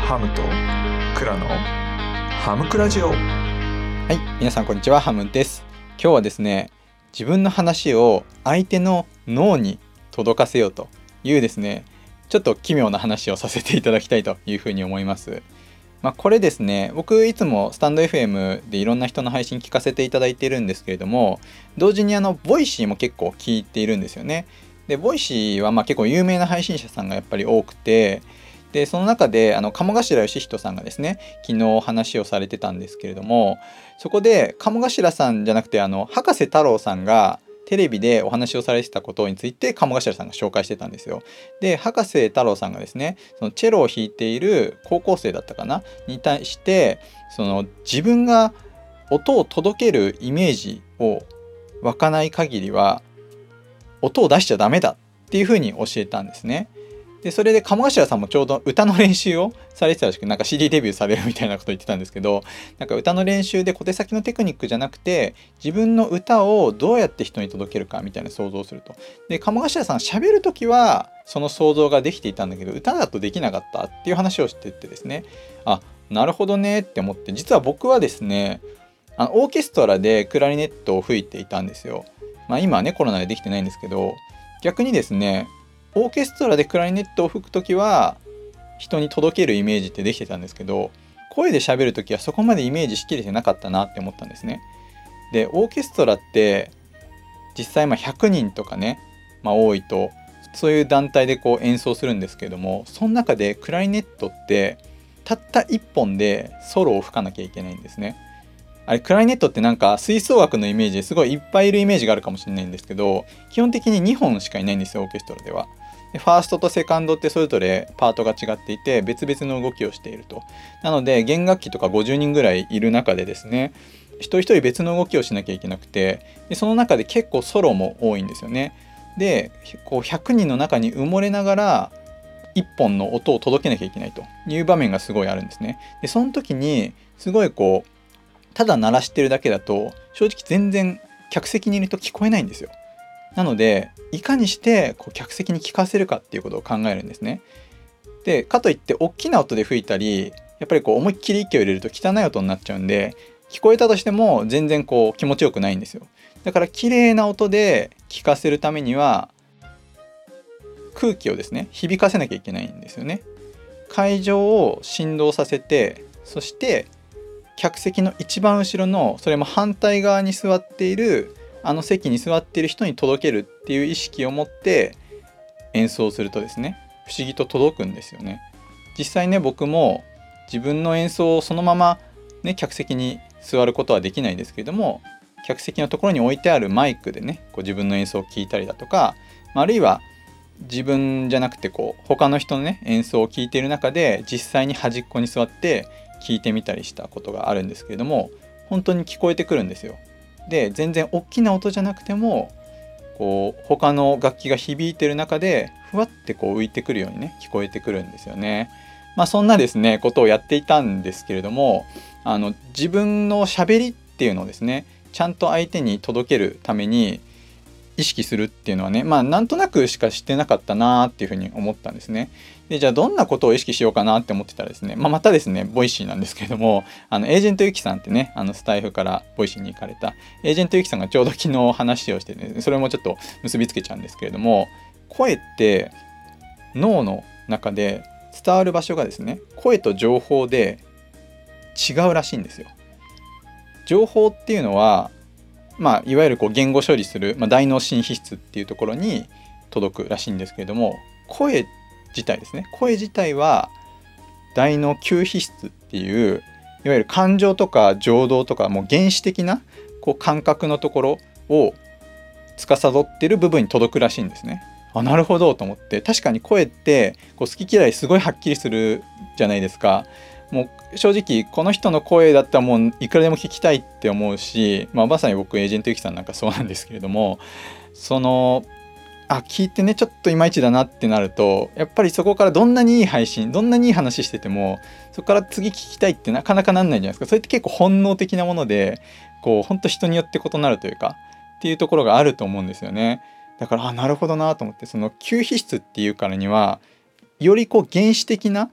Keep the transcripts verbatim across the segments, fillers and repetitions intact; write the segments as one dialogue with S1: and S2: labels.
S1: ハムとクラのハムクラジオ。
S2: はい、皆さんこんにちは、ハムです。今日はですね、自分の話を相手の脳に届かせようというですね、ちょっと奇妙な話をさせていただきたいというふうに思います。まあ、これですね、僕いつもスタンド エフエム でいろんな人の配信聞かせていただいているんですけれども、同時にあのボイシーも結構聞いているんですよね。でボイシーはまあ結構有名な配信者さんがやっぱり多くて、でその中であの鴨頭義人さんがですね、昨日話をされてたんですけれども、そこで鴨頭さんじゃなくてあの博士太郎さんがテレビでお話をされてたことについて鴨頭さんが紹介してたんですよ。で博士太郎さんがですね、そのチェロを弾いている高校生だったかなに対して、その自分が音を届けるイメージを湧かない限りは音を出しちゃダメだっていうふうに教えたんですね。でそれで鴨頭さんもちょうど歌の練習をされてたらしく、なんか シーディー デビューされるみたいなこと言ってたんですけど、なんか歌の練習で小手先のテクニックじゃなくて、自分の歌をどうやって人に届けるかみたいな想像をすると。で鴨頭さん喋る時はその想像ができていたんだけど、歌だとできなかったっていう話をしててですね、あ、なるほどねって思って、実は僕はですね、あのオーケストラでクラリネットを吹いていたんですよ。まあ今はねコロナでできてないんですけど、逆にですね、オーケストラでクラリネットを吹くときは人に届けるイメージってできてたんですけど、声で喋るときはそこまでイメージしきれてなかったなって思ったんですね。でオーケストラって実際まあひゃくにんとかね、まあ多いとそういう団体でこう演奏するんですけども、その中でクラリネットってたったいっぽんでソロを吹かなきゃいけないんですね。あれクラリネットってなんか吹奏楽のイメージですごいいっぱいいるイメージがあるかもしれないんですけど、基本的ににほんしかいないんですよ、オーケストラでは。でファーストとセカンドってそれぞれパートが違っていて別々の動きをしていると。なので弦楽器とかごじゅうにんぐらいいる中でですね、一人一人別の動きをしなきゃいけなくて、でその中で結構ソロも多いんですよね。でこうひゃくにんの中に埋もれながらいっぽんの音を届けなきゃいけないという場面がすごいあるんですね。でその時にすごいこうただ鳴らしてるだけだと正直全然客席にいると聞こえないんですよ。なのでいかにしてこう客席に聞かせるかっていうことを考えるんですね。でかといって大きな音で吹いたり、やっぱりこう思いっきり息を入れると汚い音になっちゃうんで、聞こえたとしても全然こう気持ちよくないんですよ。だから綺麗な音で聞かせるためには空気をですね響かせなきゃいけないんですよね。会場を振動させて、そして客席の一番後ろのそれも反対側に座っているあの席に座っている人に届けるっていう意識を持って演奏するとですね、不思議と届くんですよね。実際ね、僕も自分の演奏をそのままね客席に座ることはできないですけれども、客席のところに置いてあるマイクでねこう自分の演奏を聞いたりだとか、あるいは自分じゃなくてこう他の人のね演奏を聞いている中で実際に端っこに座って聞いてみたりしたことがあるんですけれども、本当に聞こえてくるんですよ。で全然大きな音じゃなくてもこう他の楽器が響いてる中でふわってこう浮いてくるようにね聞こえてくるんですよね。まあそんなですねことをやっていたんですけれども、あの自分の喋りっていうのをですねちゃんと相手に届けるために意識するっていうのはね、まあなんとなくしかしてなかったなっていうふうに思ったんですね。でじゃあどんなことを意識しようかなって思ってたらですね、まあ、またですねボイシーなんですけれども、あのエージェントゆきさんってね、あのスタイフからボイシーに行かれたエージェントゆきさんがちょうど昨日話をしてね、それもちょっと結びつけちゃうんですけれども、声って脳の中で伝わる場所がですね声と情報で違うらしいんですよ。情報っていうのはまあ、いわゆるこう言語処理する、まあ、大脳新皮質っていうところに届くらしいんですけれども、声自体ですね、声自体は大脳球皮質っていういわゆる感情とか情動とかもう原始的なこう感覚のところを司ってる部分に届くらしいんですね。あ、なるほどと思って、確かに声ってこう好き嫌いすごいはっきりするじゃないですか。もう正直この人の声だったらもういくらでも聞きたいって思うし、まあ、まさに僕エージェントゆきさんなんかそうなんですけれども、そのあ聞いてねちょっといまいちだなってなると、やっぱりそこからどんなにいい配信どんなにいい話しててもそこから次聞きたいってなかなかなんないじゃないですか。それって結構本能的なもので、こう本当人によって異なるというかっていうところがあると思うんですよね。だからあなるほどなと思って、その吸皮質っていうからにはよりこう原始的な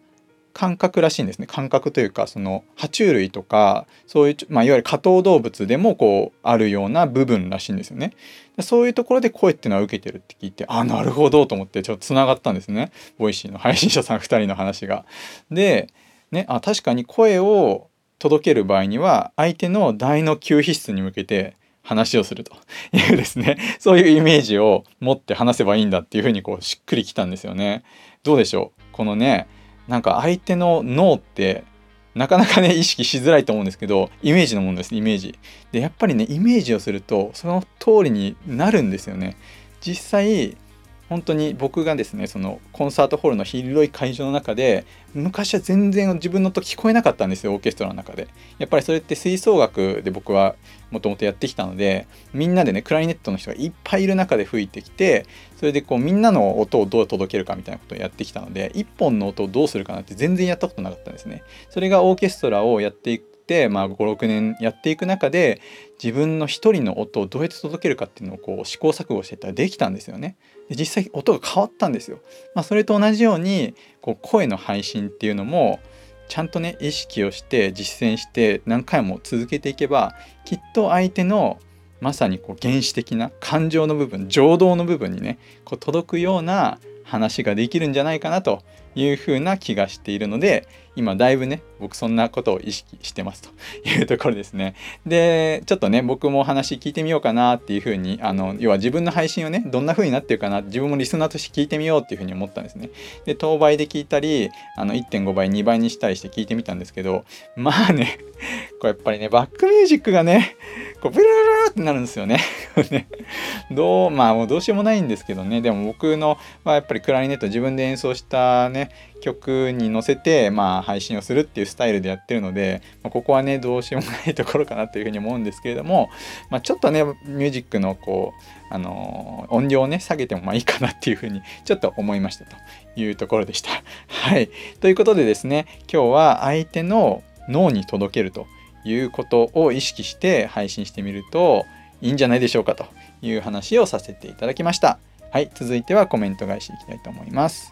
S2: 感覚らしいんですね。感覚というか、その爬虫類とかそういう、まあ、いわゆる下等動物でもこうあるような部分らしいんですよね。そういうところで声っていうのは受けてるって聞いて、あ、なるほどと思ってちょっとつながったんですね、ボイシーの配信者さんふたりの話が。でね、あ、確かに声を届ける場合には相手の大の吸皮質に向けて話をするというですね、そういうイメージを持って話せばいいんだっていうふうにこうしっくりきたんですよね。どうでしょう、このね、なんか相手の脳ってなかなかね意識しづらいと思うんですけど、イメージのものです。イメージでやっぱりね、イメージをするとその通りになるんですよね。実際本当に僕がですね、そのコンサートホールの広い会場の中で、昔は全然自分の音聞こえなかったんですよ、オーケストラの中で。やっぱりそれって吹奏楽で僕はもともとやってきたので、みんなでねクラリネットの人がいっぱいいる中で吹いてきて、それでこうみんなの音をどう届けるかみたいなことをやってきたので、一本の音をどうするかなって全然やったことなかったんですね。それがオーケストラをやっていくまあ、ごろくねんやっていく中で、自分の一人の音をどうやって届けるかっていうのをこう試行錯誤していったらできたんですよね。で実際音が変わったんですよ。まあ、それと同じようにこう声の配信っていうのもちゃんとね意識をして実践して何回も続けていけば、きっと相手のまさにこう原始的な感情の部分、情動の部分にねこう届くような話ができるんじゃないかなというふうな気がしているので、今だいぶね僕そんなことを意識してますというところですね。でちょっとね僕もお話聞いてみようかなっていうふうに、あの要は自分の配信をねどんな風になってるかな、自分もリスナーとして聞いてみようっていうふうに思ったんですね。で当倍で聞いたり、あの いってんご 倍にばいにしたりして聞いてみたんですけど、まあねこうやっぱりねバックミュージックがねこうブルルルルってなるんですよねどうまあもうどうしようもないんですけどね。でも僕の、まあ、やっぱりクラリネット自分で演奏したね曲に乗せてまあ配信をするっていうスタイルでやってるので、まあ、ここはねどうしようもないところかなというふうに思うんですけれども、まあ、ちょっとねミュージックのこうあのー、音量をね下げてもまあいいかなっていうふうにちょっと思いましたというところでした。はいということでですね、今日は相手の脳に届けるということを意識して配信してみるといいんじゃないでしょうかという話をさせていただきました。はい、続いてはコメント返しいきたいと思います。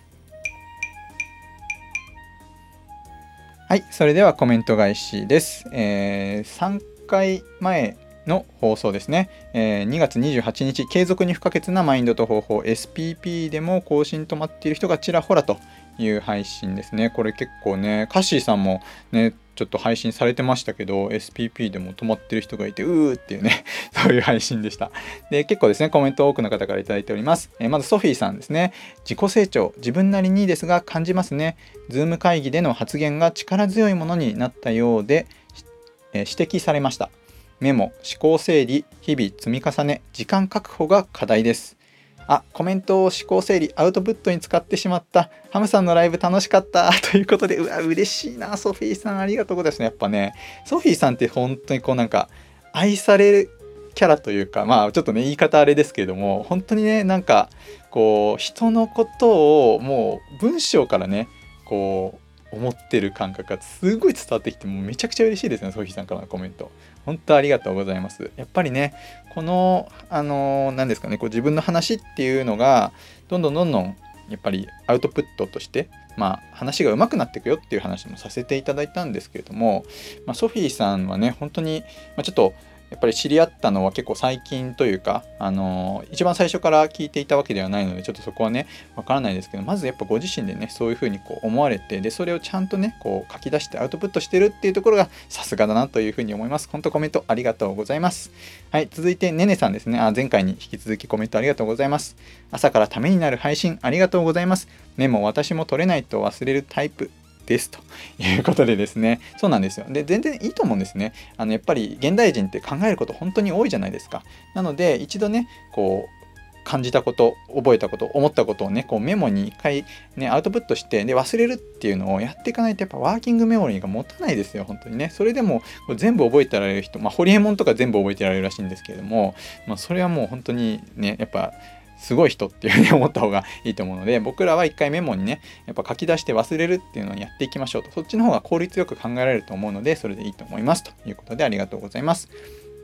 S2: はい、それではコメント返しです。えー、さんかいまえの放送ですね、えー、にがつにじゅうはちにち、継続に不可欠なマインドと方法 エスピーピー でも更新止まっている人がちらほらという配信ですね。これ結構ね、カッシーさんもねちょっと配信されてましたけど エスピーピー でも止まってる人がいてうーっていうねそういう配信でした。で結構ですねコメント多くの方からいただいております。えー、まずソフィーさんですね。自己成長自分なりにですが感じますね。ズーム会議での発言が力強いものになったようで、えー、指摘されました。メモ、思考整理、日々積み重ね、時間確保が課題です。あ、コメントを思考整理、アウトプットに使ってしまった。ハムさんのライブ楽しかったということで、うわ、嬉しいな、ソフィーさんありがとうございますね。やっぱね、ソフィーさんって本当にこうなんか愛されるキャラというか、まあちょっとね言い方あれですけれども、本当にねなんかこう人のことをもう文章からねこう思ってる感覚がすごい伝わってきて、もうめちゃくちゃ嬉しいですね。ソフィーさんからのコメント本当ありがとうございます。やっぱりねこのあの何ですかね、こう自分の話っていうのがどんどんどんどんやっぱりアウトプットとしてまあ話が上手くなっていくよっていう話もさせていただいたんですけれども、まあ、ソフィーさんはね本当に、まあ、ちょっとやっぱり知り合ったのは結構最近というか、あのー、一番最初から聞いていたわけではないのでちょっとそこはねわからないですけど、まずやっぱご自身でねそういうふうにこう思われて、でそれをちゃんとねこう書き出してアウトプットしてるっていうところがさすがだなというふうに思います。本当コメントありがとうございます。はい、続いてねねさんですね。あ、前回に引き続きコメントありがとうございます。朝からためになる配信ありがとうございます。メモ私も取れないと忘れるタイプですということでですね、そうなんですよ。で全然いいと思うんですね。あのやっぱり現代人って考えること本当に多いじゃないですか。なので一度ねこう感じたこと、覚えたこと、思ったことをねこうメモに一回ねアウトプットして、で忘れるっていうのをやっていかないとやっぱワーキングメモリーが持たないですよ本当にね。それでも全部覚えてられる人、まあホリエモンとか全部覚えてられるらしいんですけれども、まあそれはもう本当にねやっぱすごい人っていうふうに思った方がいいと思うので、僕らは一回メモにねやっぱ書き出して忘れるっていうのをやっていきましょうと。そっちの方が効率よく考えられると思うのでそれでいいと思いますということでありがとうございます。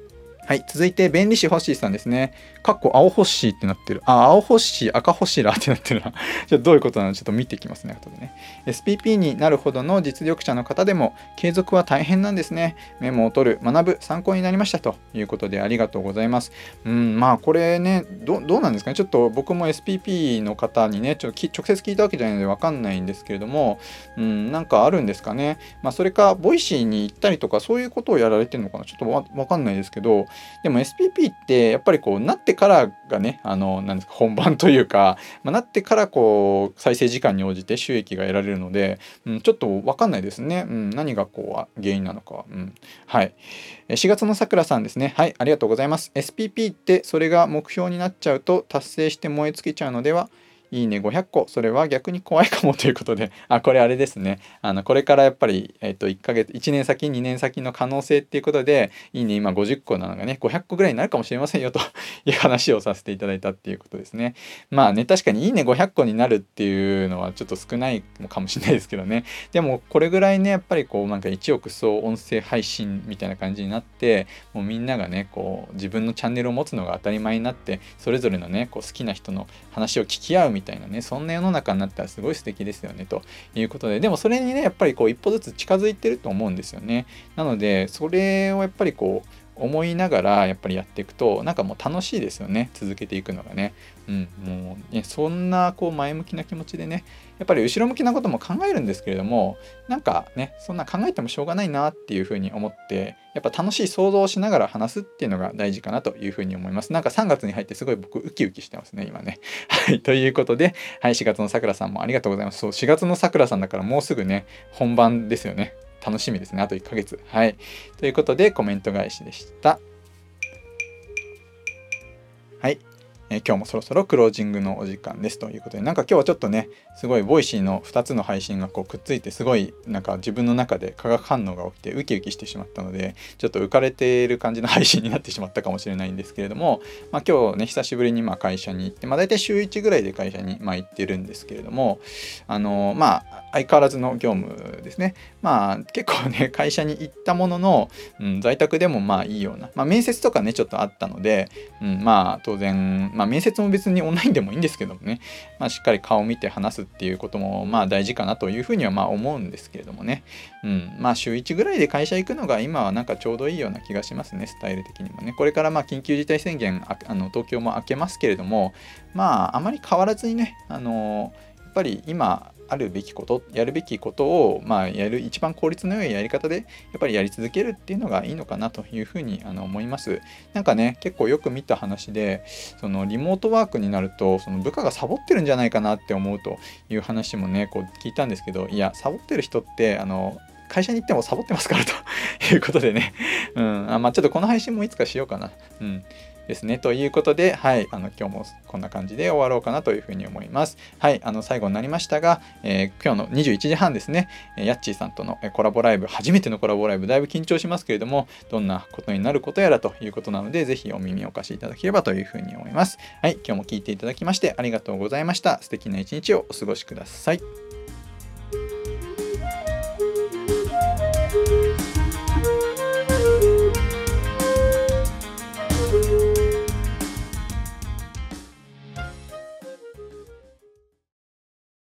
S2: はい、続いて弁理士ホッシーさんですね。かっこ青ホッシーってなってる。あ、青ホッシー、赤ホシラーってなってるな。ちょっとどういうことなのかちょっと見ていきますね、後でね。エスピーピー になるほどの実力者の方でも継続は大変なんですね。メモを取る、学ぶ、参考になりましたということでありがとうございます。うん、まあこれね、どどうなんですかね。ちょっと僕も エスピーピー の方にね、ちょっと直接聞いたわけじゃないのでわかんないんですけれども、うん、なんかあるんですかね。まあそれか、ボイシーに行ったりとか、そういうことをやられてるのかな。ちょっとわわかんないですけど、でも エスピーピー ってやっぱりこうなってからがね、あの、なんですか、本番というか、まあ、なってからこう再生時間に応じて収益が得られるので、うん、ちょっとわかんないですね。うん、何がこう原因なのかは。うん、はい。しがつのさくらさんですね。はい、ありがとうございます。エスピーピー ってそれが目標になっちゃうと達成して燃え尽きちゃうのでは。いいねごひゃっこ、それは逆に怖いかもということで、あ、これあれですね。あの、これからやっぱり、えっと、いっかげつ、いちねん先、にねん先の可能性っていうことで、いいね今ごじゅっこなのがね、ごひゃっこぐらいになるかもしれませんよという話をさせていただいたっていうことですね。まあね、確かにいいねごひゃっこになるっていうのはちょっと少ないかもしれないですけどね。でも、これぐらいね、やっぱりこう、なんかいちおく総音声配信みたいな感じになって、もうみんながね、こう、自分のチャンネルを持つのが当たり前になって、それぞれのね、こう好きな人の話を聞き合うみたいなね、そんな世の中になったらすごい素敵ですよねということで、でもそれにねやっぱりこう一歩ずつ近づいてると思うんですよね。なのでそれをやっぱりこう思いながらやっぱりやっていくとなんかもう楽しいですよね、続けていくのがね。うん、もうねそんなこう前向きな気持ちでね、やっぱり後ろ向きなことも考えるんですけれども、なんかねそんな考えてもしょうがないなっていうふうに思って、やっぱ楽しい想像をしながら話すっていうのが大事かなというふうに思います。なんかさんがつに入ってすごい僕ウキウキしてますね今ね。はい、ということで、はい、しがつのさくらさんもありがとうございます。そう、しがつのさくらさんだからもうすぐね本番ですよね。楽しみですね。あといっかげつ。はい。ということでコメント返しでした。はい。えー今日もそろそろクロージングのお時間ですということで、なんか今日はちょっとね、すごいボイシーのふたつの配信がこうくっついて、すごいなんか自分の中で化学反応が起きてウキウキしてしまったので、ちょっと浮かれている感じの配信になってしまったかもしれないんですけれども、まあ、今日ね、久しぶりにまあ会社に行って、まあ、大体週いちぐらいで会社にまあ行ってるんですけれども、あのーまあ相変わらずの業務ですね。まあ結構ね、会社に行ったものの、うん、在宅でもまあいいような、まあ、面接とかね、ちょっとあったので、うん、まあ当然、まあ、面接も別にオンラインでもいいんですけどもね、まあ、しっかり顔を見て話すっていうこともまあ大事かなというふうにはまあ思うんですけれどもね、うん、まあ週いちぐらいで会社行くのが今はなんかちょうどいいような気がしますね、スタイル的にもね。これからまあ緊急事態宣言、ああの東京も明けますけれども、まああまり変わらずにね、あのやっぱり今あるべきこと、やるべきことを、まあ、やる一番効率の良いやり方でやっぱりやり続けるっていうのがいいのかなというふうにあの思います。なんかね、結構よく見た話で、そのリモートワークになるとその部下がサボってるんじゃないかなって思うという話もねこう聞いたんですけど、いやサボってる人ってあの会社に行ってもサボってますからということでね、うん、あまあちょっとこの配信もいつかしようかな。うんですね。ということで、はい、あの今日もこんな感じで終わろうかなというふうに思います。はい、あの最後になりましたが、えー今日のにじゅういちじはんですね、えーヤッチーさんとのえーコラボライブ、初めてのコラボライブ、だいぶ緊張しますけれども、どんなことになることやらということなので、ぜひお耳をお貸しいただければというふうに思います。はい、今日も聞いていただきましてありがとうございました。素敵な一日をお過ごしください。